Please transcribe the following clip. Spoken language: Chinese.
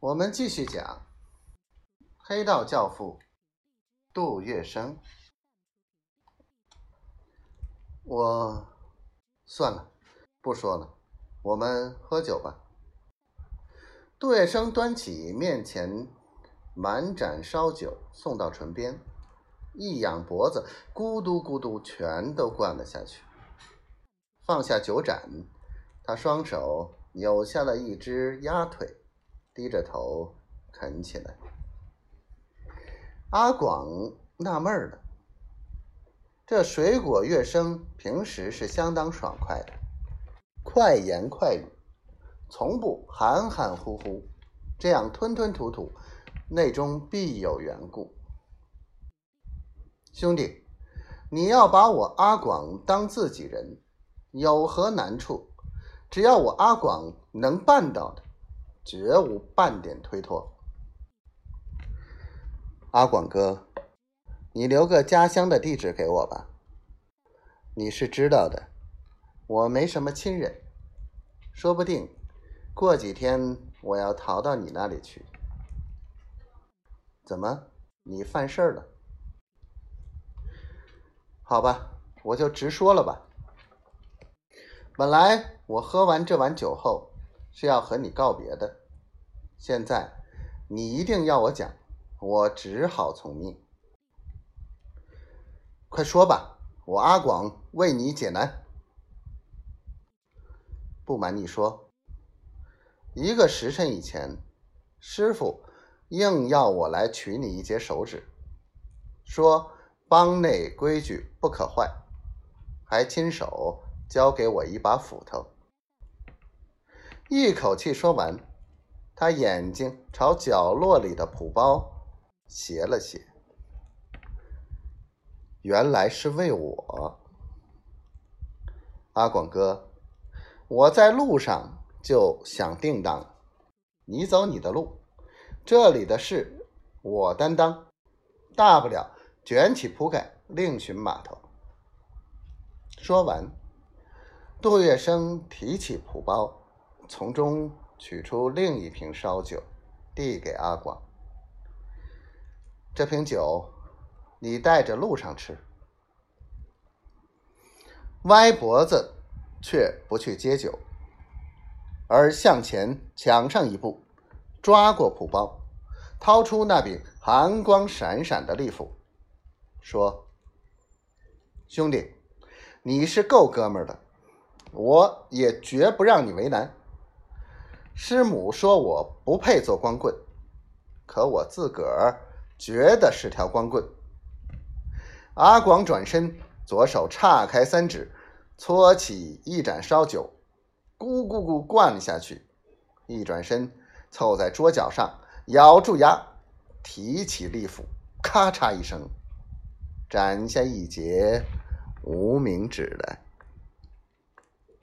我们继续讲黑道教父杜月笙。算了，不说了，我们喝酒吧。杜月笙端起面前满盏烧酒送到唇边，一仰脖子，咕嘟咕嘟全都灌了下去。放下酒盏，他双手扭下了一只鸭腿，低着头啃起来。阿广纳闷了，这水果月笙平时是相当爽快的，快言快语，从不含含糊糊，这样吞吞吐吐，内中必有缘故。兄弟，你要把我阿广当自己人，有何难处？只要我阿广能办到的，绝无半点推脱。阿广哥，你留个家乡的地址给我吧。你是知道的，我没什么亲人，说不定过几天我要逃到你那里去。怎么，你犯事了？好吧，我就直说了吧。本来我喝完这碗酒后是要和你告别的，现在你一定要我讲，我只好从命。快说吧，我阿广为你解难。不瞒你说，一个时辰以前，师傅硬要我来取你一截手指，说帮内规矩不可坏，还亲手交给我一把斧头。一口气说完，他眼睛朝角落里的谱包斜了斜。原来是为我。阿广哥，我在路上就想定当了，你走你的路，这里的事我担当，大不了卷起铺盖另寻码头。说完，杜月笙提起谱包，从中取出另一瓶烧酒，递给阿广。这瓶酒你带着路上吃。歪脖子却不去接酒，而向前抢上一步，抓过谱包，掏出那柄寒光闪闪的利斧，说：兄弟，你是够哥们儿的，我也绝不让你为难。师母说我不配做光棍，可我自个儿觉得是条光棍。阿广转身，左手岔开三指，搓起一盏烧酒，咕咕咕灌下去。一转身，凑在桌角上，咬住牙，提起利斧，咔嚓一声，斩下一截无名指来。